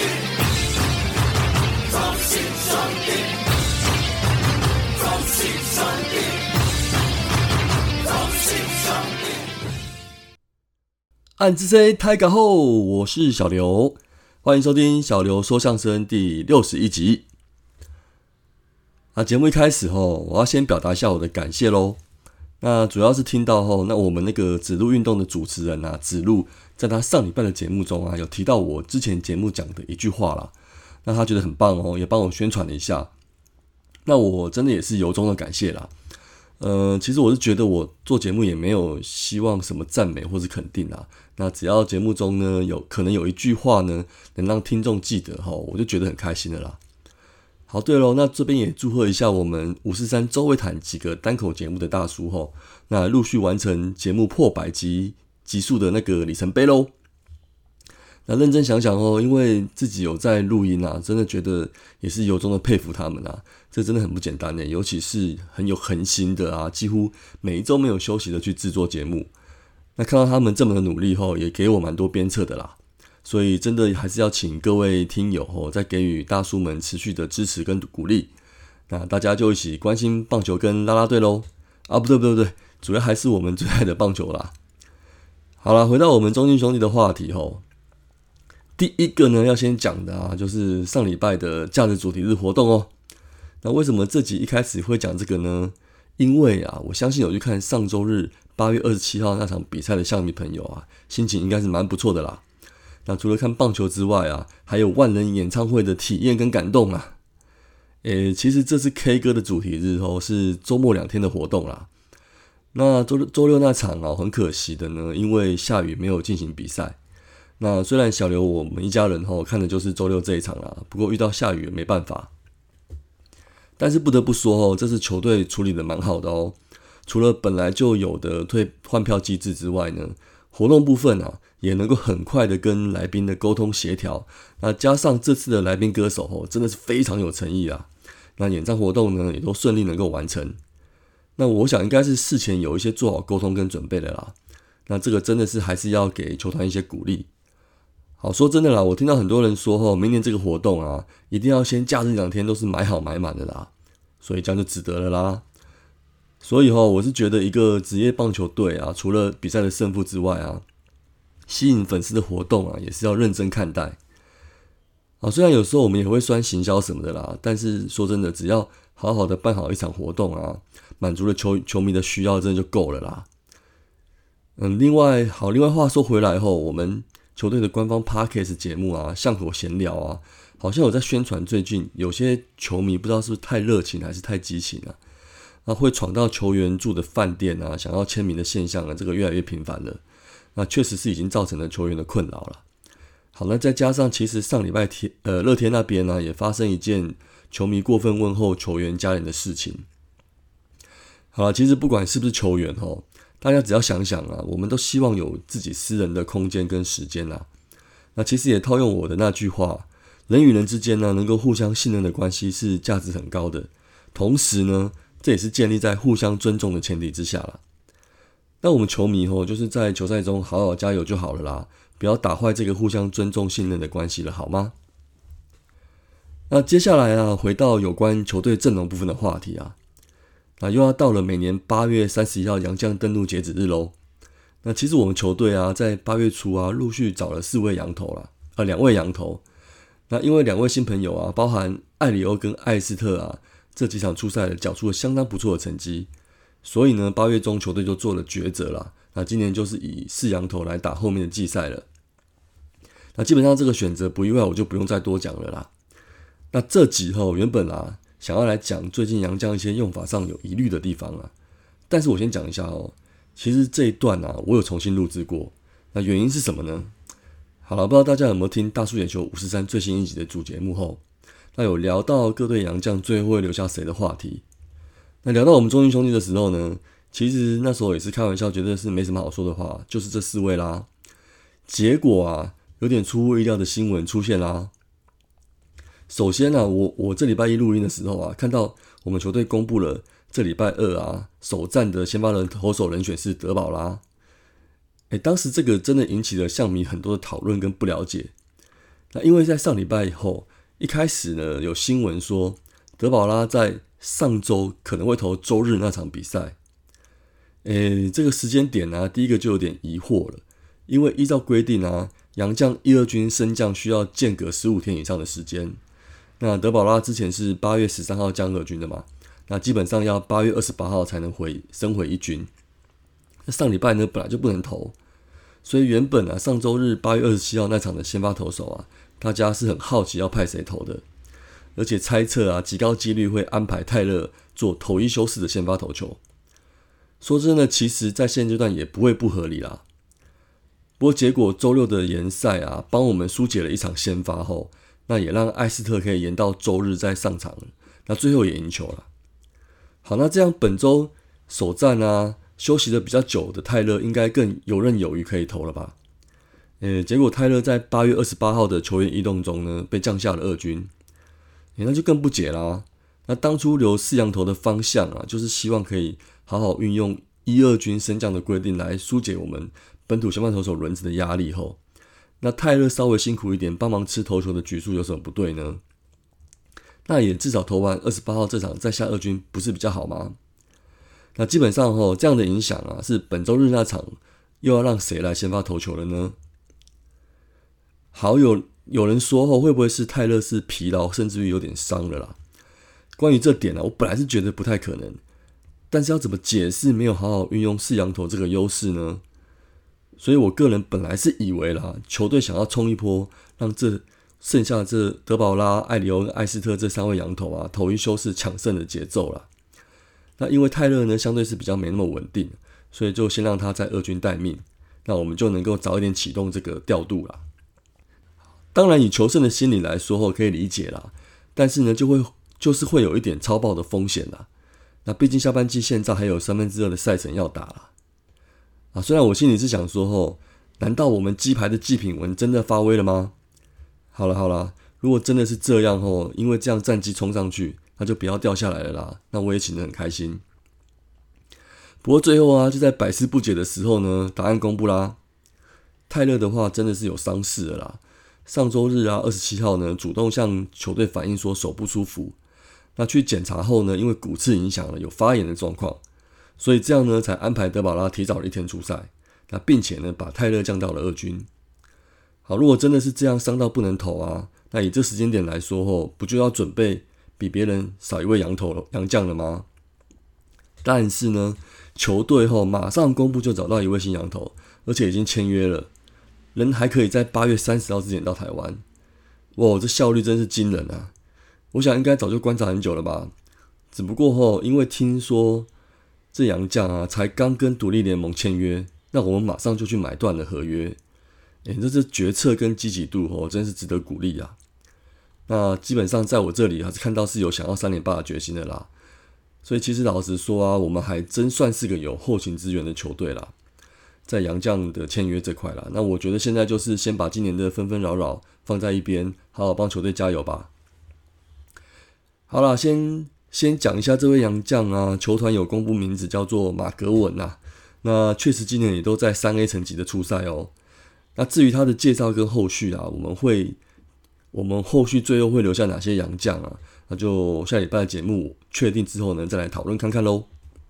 暗之 C 太港后，我是小刘，欢迎收听小刘说相声第61集。节目一开始我要先表达一下我的感谢咯。那主要是听到那我们那个指路运动的主持人指路在他上礼拜的节目中有提到我之前节目讲的一句话啦，那他觉得很棒也帮我宣传了一下。那我真的也是由衷的感谢啦。其实我是觉得我做节目也没有希望什么赞美或是肯定啦。那只要节目中呢可能有一句话呢能让听众记得我就觉得很开心了啦。好，对咯，那这边也祝贺一下我们543周围谈几个单口节目的大叔那陆续完成节目破100集数的那个里程碑咯。那认真想想因为自己有在录音真的觉得也是由衷的佩服他们这真的很不简单尤其是很有恒心的几乎每一周没有休息的去制作节目。那看到他们这么的努力也给我蛮多鞭策的啦。所以真的还是要请各位听友再给予大叔们持续的支持跟鼓励。那大家就一起关心棒球跟啦啦队咯。不对，主要还是我们最爱的棒球啦。好啦，回到我们中信兄弟的话题第一个呢要先讲的就是上礼拜的假日主题日活动那为什么这集一开始会讲这个呢？因为我相信有去看上周日8月27号那场比赛的象迷朋友心情应该是蛮不错的啦。那除了看棒球之外还有万人演唱会的体验跟感动其实这次 K 歌的主题日是周末2天的活动啦。那周六那场很可惜的呢，因为下雨没有进行比赛。那虽然小刘我们一家人看的就是周六这一场啦，不过遇到下雨没办法。但是不得不说这次球队处理的蛮好的除了本来就有的退换票机制之外呢，活动部分也能够很快的跟来宾的沟通协调。那加上这次的来宾歌手真的是非常有诚意啦。那演唱活动呢也都顺利能够完成。那我想应该是事前有一些做好沟通跟准备的啦。那这个真的是还是要给球团一些鼓励。好，说真的啦，我听到很多人说明年这个活动一定要先假日2天都是买好买满的啦，所以这样就值得了啦。所以我是觉得一个职业棒球队除了比赛的胜负之外吸引粉丝的活动也是要认真看待。虽然有时候我们也会酸行销什么的啦，但是说真的，只要好好的办好一场活动满足了球迷的需要，真的就够了啦。另外话说回来我们球队的官方 Podcast 节目巷口闲聊好像有在宣传最近有些球迷不知道是不是太热情还是太激情会闯到球员住的饭店想要签名的现象这个越来越频繁了。那确实是已经造成了球员的困扰了。好，那再加上其实上礼拜乐天那边也发生一件球迷过分问候球员家人的事情。好了，其实不管是不是球员大家只要想想我们都希望有自己私人的空间跟时间那其实也套用我的那句话，人与人之间能够互相信任的关系是价值很高的，同时呢这也是建立在互相尊重的前提之下啦。那我们球迷就是在球赛中好好加油就好了啦，不要打坏这个互相尊重信任的关系了，好吗？那接下来回到有关球队阵容部分的话题那又要到了每年8月31号洋将登陆截止日咯。那其实我们球队在8月初陆续找了2位洋投啦，2位洋投。那因为2位新朋友包含艾里欧跟艾斯特这几场出赛缴出了相当不错的成绩，所以呢8月中球队就做了抉择啦。那今年就是以4洋投来打后面的季赛了。那基本上这个选择不意外，我就不用再多讲了啦。那这集原本想要来讲最近洋将一些用法上有疑虑的地方但是我先讲一下其实这一段我有重新录制过。那原因是什么呢？好了，不知道大家有没有听大叔野球543最新一集的主节目那有聊到各队洋将最后会留下谁的话题。那聊到我们中信兄弟的时候呢，其实那时候也是开玩笑，觉得是没什么好说的话，就是这4位啦。结果有点出乎意料的新闻出现啦。首先我这礼拜一录音的时候看到我们球队公布了这礼拜2首战的先发人投手人选是德保拉。当时这个真的引起了象迷很多的讨论跟不了解。 那因为在上礼拜以后，一开始呢有新闻说德保拉在上周可能会投周日那场比赛。这个时间点啊，第一个就有点疑惑了，因为依照规定啊，洋将1、2军升降需要间隔15天以上的时间。那德保拉之前是8月13号降2军的嘛，那基本上要8月28号才能升回1军。那上礼拜呢本来就不能投，所以原本啊上周日8月27号那场的先发投手啊，大家是很好奇要派谁投的，而且猜测啊极高几率会安排泰勒做投一休4的先发投球。说真的，其实在现阶段也不会不合理啦。不过结果周六的延赛啊，帮我们疏解了一场先发后，那也让艾斯特可以延到周日再上场了，那最后也赢球了。好，那这样本周首战啊，休息的比较久的泰勒应该更游刃有余可以投了吧？结果泰勒在8月28号的球员异动中呢，被降下了2军，那就更不解啦。那当初留4洋投的方向啊，就是希望可以好好运用1、2军升降的规定来疏解我们本土先发投手轮值的压力后，那泰勒稍微辛苦一点，帮忙吃投球的局数有什么不对呢？那也至少投完28号这场再下2军不是比较好吗？那基本上这样的影响啊，是本周日那场又要让谁来先发投球了呢？好，有人说会不会是泰勒是疲劳，甚至于有点伤了啦？关于这点啊，我本来是觉得不太可能，但是要怎么解释没有好好运用4洋投这个优势呢？所以我个人本来是以为啦，球队想要冲一波，让这剩下这德保拉、艾里欧跟艾斯特这3位洋投啊，投一休4抢胜的节奏啦。那因为泰勒呢相对是比较没那么稳定，所以就先让他在2军待命，那我们就能够早一点启动这个调度啦。当然以求胜的心理来说可以理解啦，但是呢就是会有一点超爆的风险啦。那毕竟下半季现在还有2/3的赛程要打啦。虽然我心里是想说难道我们鸡排的祭品文真的发威了吗？好啦，如果真的是这样因为这样战绩冲上去，那就不要掉下来了啦。那我也请得很开心。不过最后就在百思不解的时候呢，答案公布啦。泰勒的话真的是有伤势了啦。上周日27号呢，主动向球队反映说手不舒服。那去检查后呢，因为骨刺影响了有发炎的状况，所以这样呢才安排德保拉提早了1天出赛，那并且呢把泰勒降到了2军。好，如果真的是这样伤到不能投那以这时间点来说不就要准备比别人少1位洋将了吗？但是呢，球队马上公布就找到1位新洋投，而且已经签约了，人还可以在8月30号之前到台湾。哇，这效率真是惊人啊！我想应该早就观察很久了吧，只不过因为听说这洋将才刚跟独立联盟签约，那我们马上就去买断了合约。这决策跟积极度真是值得鼓励啊。那基本上在我这里还是看到是有想要3连霸的决心的啦。所以其实老实说我们还真算是个有后勤资源的球队啦，在洋将的签约这块啦。那我觉得现在就是先把今年的纷纷扰扰放在一边，好好帮球队加油吧。好啦，先讲一下这位洋将球团有公布名字叫做马格文那确实今年也都在3A 层级的出赛那至于他的介绍跟后续我们后续最后会留下哪些洋将那就下礼拜的节目确定之后呢，再来讨论看看咯。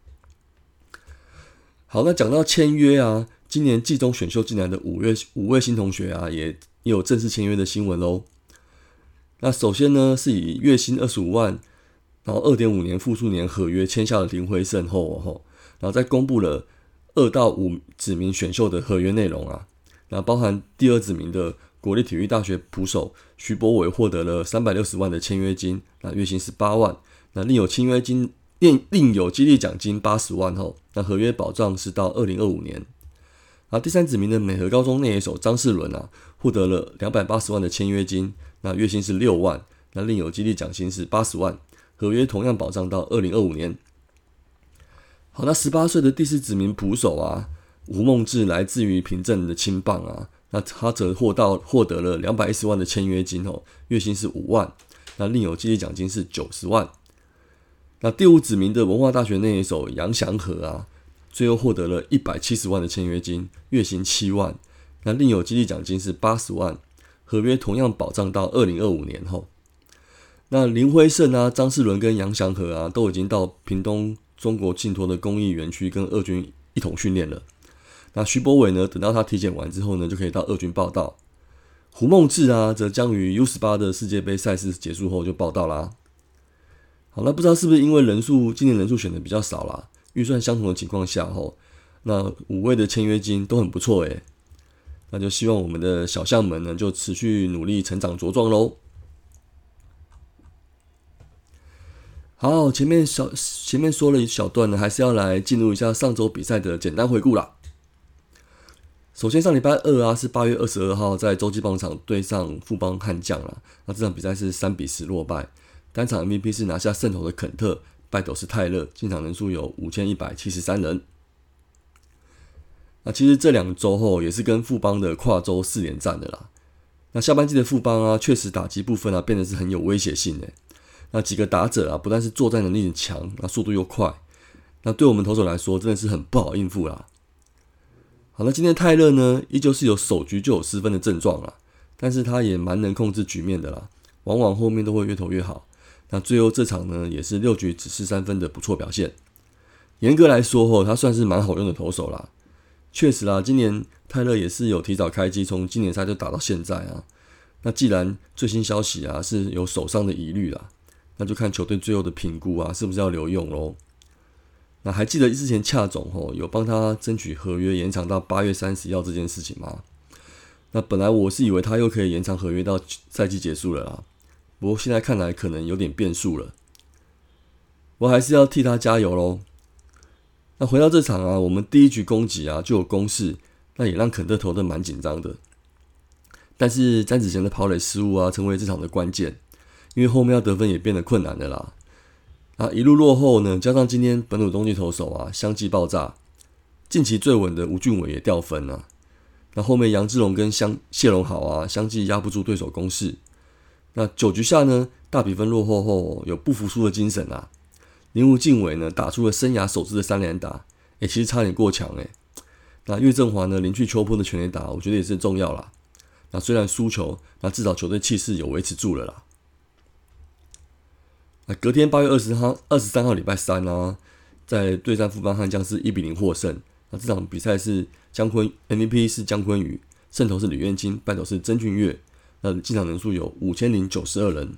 好，那讲到签约今年季中选秀进来的五位新同学也有正式签约的新闻咯。那首先呢，是以月薪25万，然后 2.5 年复数年合约签下了林辉胜后，然后再公布了2到5指名选秀的合约内容那包含第2指名的国立体育大学捕手徐博伟获得了360万的签约金，那月薪18万，那另有激励奖金80万那合约保障是到2025年。第3指名的美和高中内野手张世伦获得了280万的签约金，那月薪是6万，那另有激励奖金是80万，合约同样保障到2025年。好，那18岁的第4指名捕手吴梦志来自于平镇的青棒那他则获得了210万的签约金月薪是5万，那另有激励奖金是90万。那第5指名的文化大学内野手杨祥和最后获得了170万的签约金，月薪7万，那另有激励奖金是80万， 合约同样保障到2025年后。那林辉胜啊、张世伦跟杨祥和啊，都已经到屏东中国信托的工艺园区跟二军一同训练了。那徐柏伟呢，等到他体检完之后呢，就可以到二军报到。胡梦志啊，则将于 U18 的世界杯赛事结束后就报到啦。好，那不知道是不是因为今年人数选的比较少啦，预算相同的情况下后，那5位的签约金都很不错诶。那就希望我们的小将们呢，就持续努力成长茁壮咯。好，前面说了一小段呢，还是要来进入一下上周比赛的简单回顾啦。首先上礼拜二啊，是8月22号在洲际棒场对上富邦悍将啦。那这场比赛是3-10落败，单场 MVP 是拿下胜投的肯特，败斗是泰勒，进场人数有5173人。那其实这2周后也是跟富邦的跨洲4连战的啦。那下半季的富邦啊，确实打击部分啊变得是很有威胁性的。那几个打者啊，不但是作战能力很强，那速度又快，那对我们投手来说真的是很不好应付啦。好，那今天泰勒呢，依旧是有首局就有失分的症状啦，但是他也蛮能控制局面的啦，往往后面都会越投越好。那最后这场呢，也是6局只失3分的不错表现。严格来说他算是蛮好用的投手啦。确实啦，今年泰勒也是有提早开机，从今年赛就打到现在啊。那既然最新消息啊是有手伤的疑虑啦，那就看球队最后的评估啊，是不是要留用咯。那还记得之前恰总有帮他争取合约延长到8月30号这件事情吗？那本来我是以为他又可以延长合约到赛季结束了啦，不过现在看来可能有点变数了。我还是要替他加油咯。那回到这场啊，我们第一局攻击啊就有攻势，那也让肯特投得蛮紧张的。但是詹子贤的跑垒失误啊，成为这场的关键，因为后面要得分也变得困难了啦。一路落后呢，加上今天本土冬季投手啊相继爆炸，近期最稳的吴俊伟也掉分啊。那后面杨志龙跟谢龙豪啊相继压不住对手攻势。那9局下呢，大比分落后后有不服输的精神啊。林吴敬伟呢打出了生涯首支的3连打，其实差点过强那岳振华呢临去秋波的全垒打，我觉得也是重要啦。那虽然输球，那至少球队气势有维持住了啦。隔天8月23号礼拜三啊，在对战富邦悍将是1-0获胜。那这场比赛是MVP 是江坤宇，胜投是吕彦青，败投是曾俊岳。那进场人数有5092人。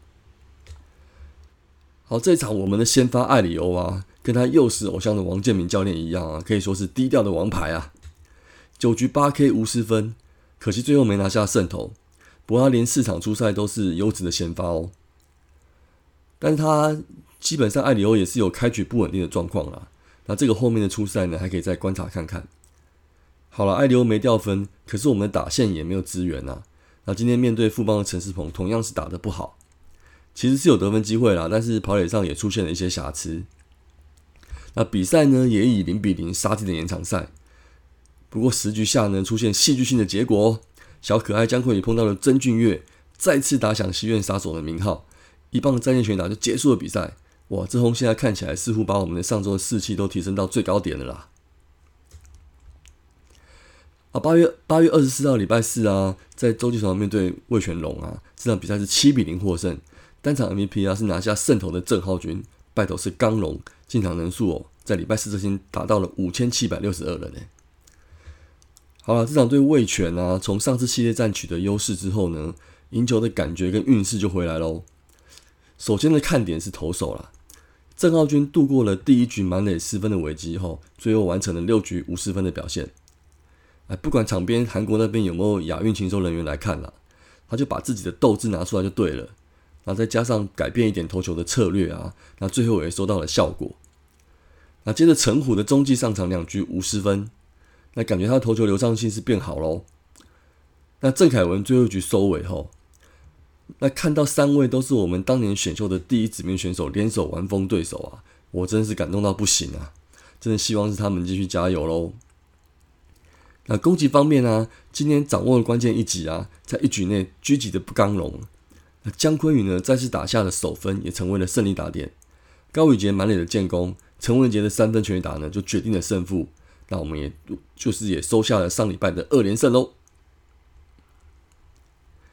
好，这一场我们的先发艾里欧啊，跟他幼时偶像的王建民教练一样啊，可以说是低调的王牌啊。9局8K 无失分，可惜最后没拿下胜投。不过他连4场出赛都是优质的先发哦。但是他基本上艾里欧也是有开局不稳定的状况啦。那这个后面的出赛呢，还可以再观察看看。好了，艾里欧没掉分，可是我们的打线也没有支援啊。那今天面对富邦的陈世鹏，同样是打得不好。其实是有得分机会啦，但是跑垒上也出现了一些瑕疵。那比赛呢，也以0-0杀进了延长赛。不过10局下呢，出现戏剧性的结果小可爱江坤宇碰到了曾俊岳，再次打响西院杀手的名号。一棒战箭全打就结束了比赛。哇，这轰现在看起来似乎把我们的上周的士气都提升到最高点了啦。8月24号礼拜四啊，在洲际场面对味全龙啊，这场比赛是7-0获胜。单场 MVP 啊是拿下胜投的郑浩均，败投是刚龙，进场人数在礼拜四这天达到了5762人好了，这场对味全啊，从上次系列战取得优势之后呢，赢球的感觉跟运势就回来咯。首先的看点是投手啦，郑浩均度过了第一局满垒失分的危机后，最后完成了6局无失分的表现。不管场边韩国那边有没有亚运禽收人员来看啦，他就把自己的斗志拿出来就对了。然后再加上改变一点投球的策略啊，那最后也收到了效果。那接着陈虎的中继上场2局无失分，那感觉他的投球流畅性是变好咯。那郑凯文最后一局收尾后，那看到3位都是我们当年选秀的第一指名选手联手完封对手啊，我真的是感动到不行啊！真的希望是他们继续加油咯。那攻击方面啊，今天掌握了关键一击啊，在1局内狙击的不刚龙。那江坤宇呢，再次打下了首分，也成为了胜利打点。高宇杰满垒的建功，陈文杰的3分全垒打呢，就决定了胜负。那我们也收下了上礼拜的2连胜咯。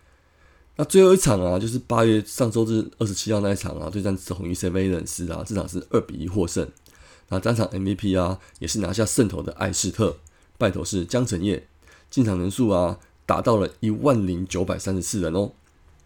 那最后一场啊，就是8月上周日27号那一场啊，对战统一 Seven 啊，这场是2-1获胜。那单场 MVP 啊，也是拿下胜投的艾士特，败投是江承业，进场人数啊达到了10934人哦。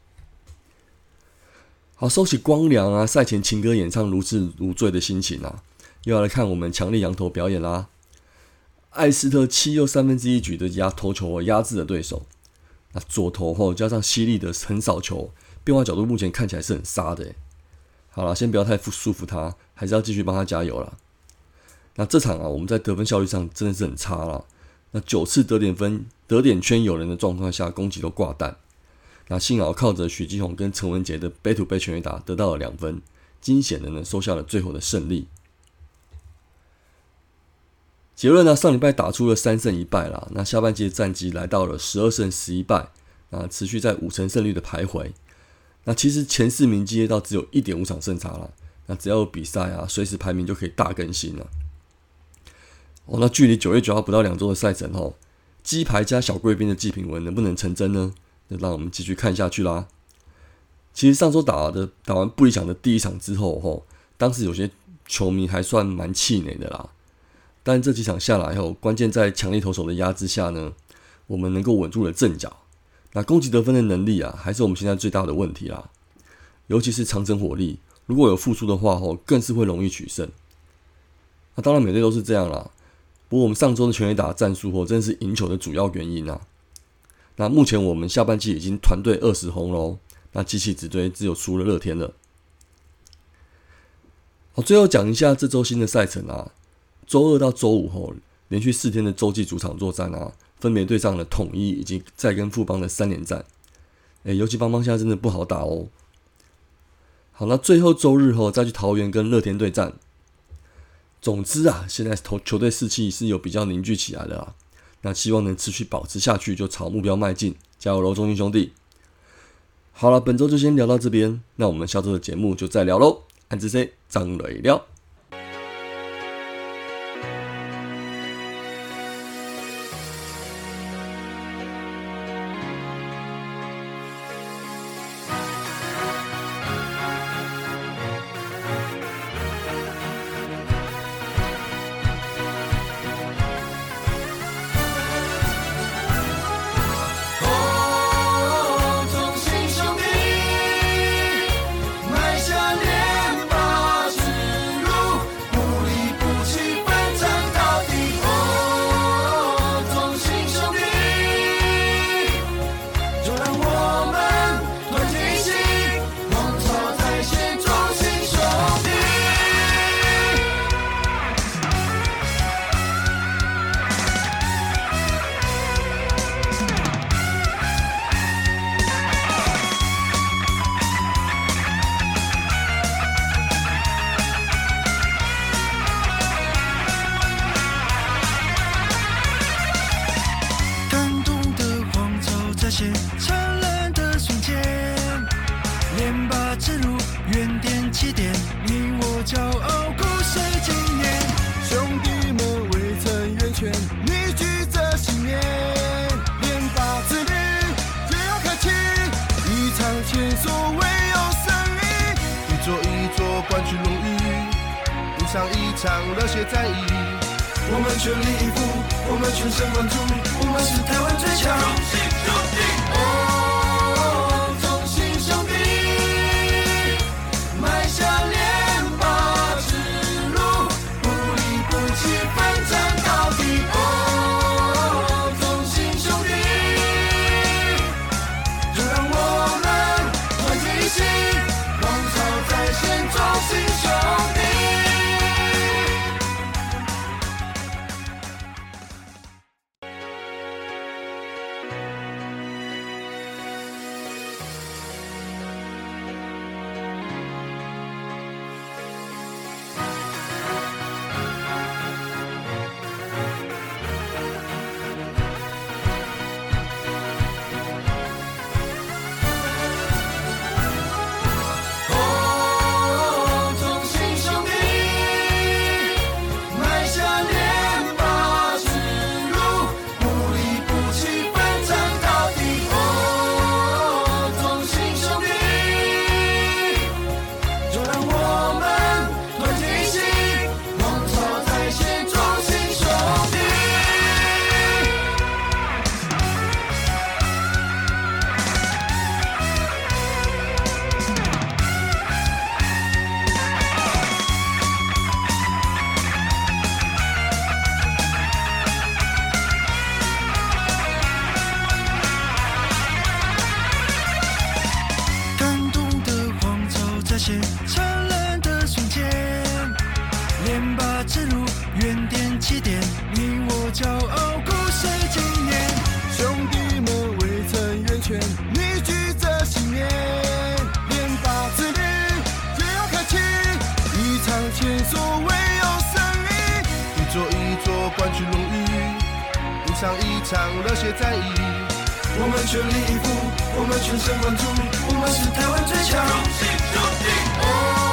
好，收起光良啊赛前情歌演唱如痴如醉的心情啊，又要来看我们强力羊头表演啦。艾斯特7又1/3局的投球压制了对手，那左投后加上犀利的横扫球，变化角度目前看起来是很杀的。好啦，先不要太束缚他，还是要继续帮他加油啦。那这场啊，我们在得分效率上真的是很差啦。那9次得点圈有人的状况下，攻击都挂蛋。那幸好靠着许基宏跟陈文杰的背土背全垒打得到了2分，惊险的呢收下了最后的胜利。结论呢，上礼拜打出了3胜1败啦，那下半季的战绩来到了12胜11败，那持续在5成胜率的徘徊。那其实前4名接到只有 1.5 场胜差啦，那只要有比赛啊，随时排名就可以大更新了。那距离9月9号不到2周的赛程后，鸡排加小贵宾的季平文能不能成真呢？就让我们继续看下去啦。其实上周打完不理想的第一场之后，当时有些球迷还算蛮气馁的啦。但这几场下来后，关键在强力投手的压制下呢，我们能够稳住了阵脚。那攻击得分的能力啊，还是我们现在最大的问题啦。尤其是长程火力，如果有复出的话更是会容易取胜。那当然每队都是这样啦。不过我们上周的全垒打战术真的是赢球的主要原因啊。那目前我们下半季已经团队20轰喽，那机器直追只有输了乐天了。好，最后讲一下这周新的赛程啊。周2到周5连续4天的洲际主场作战啊，分别对上了统一以及再跟富邦的3连战。尤其邦邦现在真的不好打哦。好，那最后周日再去桃园跟乐天对战。总之啊，现在球队士气是有比较凝聚起来的啦。那希望能持续保持下去，就朝目标迈进，加油喽，中信兄弟！好了，本周就先聊到这边，那我们下周的节目就再聊喽。安之 C 张磊聊。 一场热血在役，我们全力以赴，我们全神贯注，我们是台湾最强。中信兄弟，哦，中信兄弟，迈向连霸之路，不离不弃，奋战到底。哦，中信兄弟，就让我们团结一心，王朝再现，中信兄弟。 起点，你我骄傲故事纪念。兄弟们未曾远劝，凝聚着信念，连把子女也要开启，一场前所未有胜利，一座一座冠军荣誉，一场一场热血在意。我们全力以赴，我们全神贯注，我们是台湾最强。